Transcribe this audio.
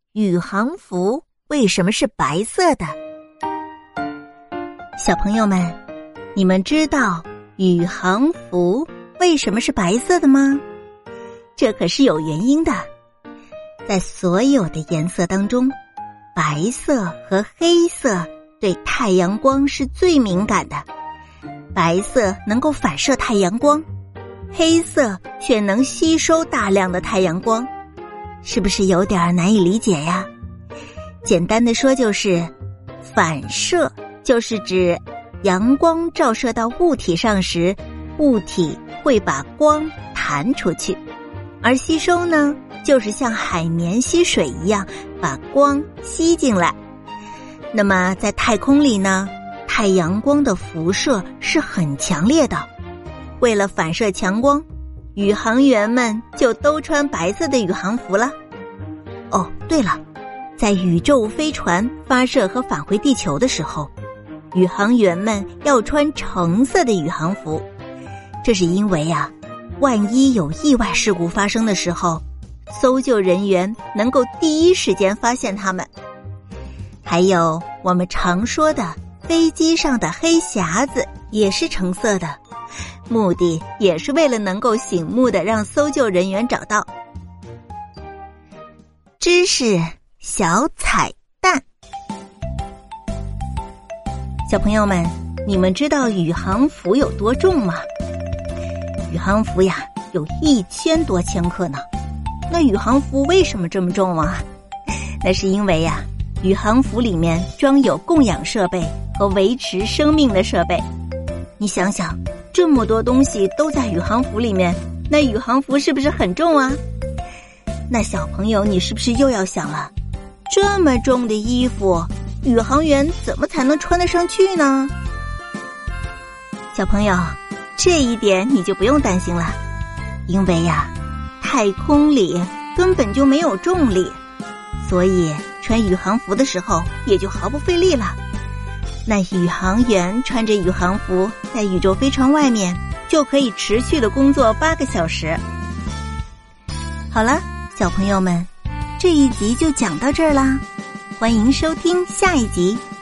宇航服为什么是白色的？小朋友们，你们知道宇航服为什么是白色的吗？这可是有原因的。在所有的颜色当中，白色和黑色对太阳光是最敏感的。白色能够反射太阳光，黑色却能吸收大量的太阳光，是不是有点难以理解呀？简单的说就是反射就是指阳光照射到物体上时，物体会把光弹出去，而吸收呢，就是像海绵吸水一样把光吸进来。那么在太空里呢，太阳光的辐射是很强烈的，为了反射强光，宇航员们就都穿白色的宇航服了。哦，对了，在宇宙飞船发射和返回地球的时候，宇航员们要穿橙色的宇航服，这是因为万一有意外事故发生的时候，搜救人员能够第一时间发现他们。还有我们常说的飞机上的黑匣子也是橙色的，目的也是为了能够醒目的让搜救人员找到。知识小彩蛋，小朋友们，你们知道宇航服有多重吗？宇航服有1000多千克呢。那宇航服为什么这么重啊？那是因为宇航服里面装有供氧设备和维持生命的设备。你想想，这么多东西都在宇航服里面，那宇航服是不是很重啊？那小朋友，你是不是又要想了，这么重的衣服，宇航员怎么才能穿得上去呢？小朋友，这一点你就不用担心了，因为太空里根本就没有重力，所以穿宇航服的时候也就毫不费力了。那宇航员穿着宇航服在宇宙飞船外面，就可以持续的工作8个小时。好了，小朋友们，这一集就讲到这儿啦，欢迎收听下一集。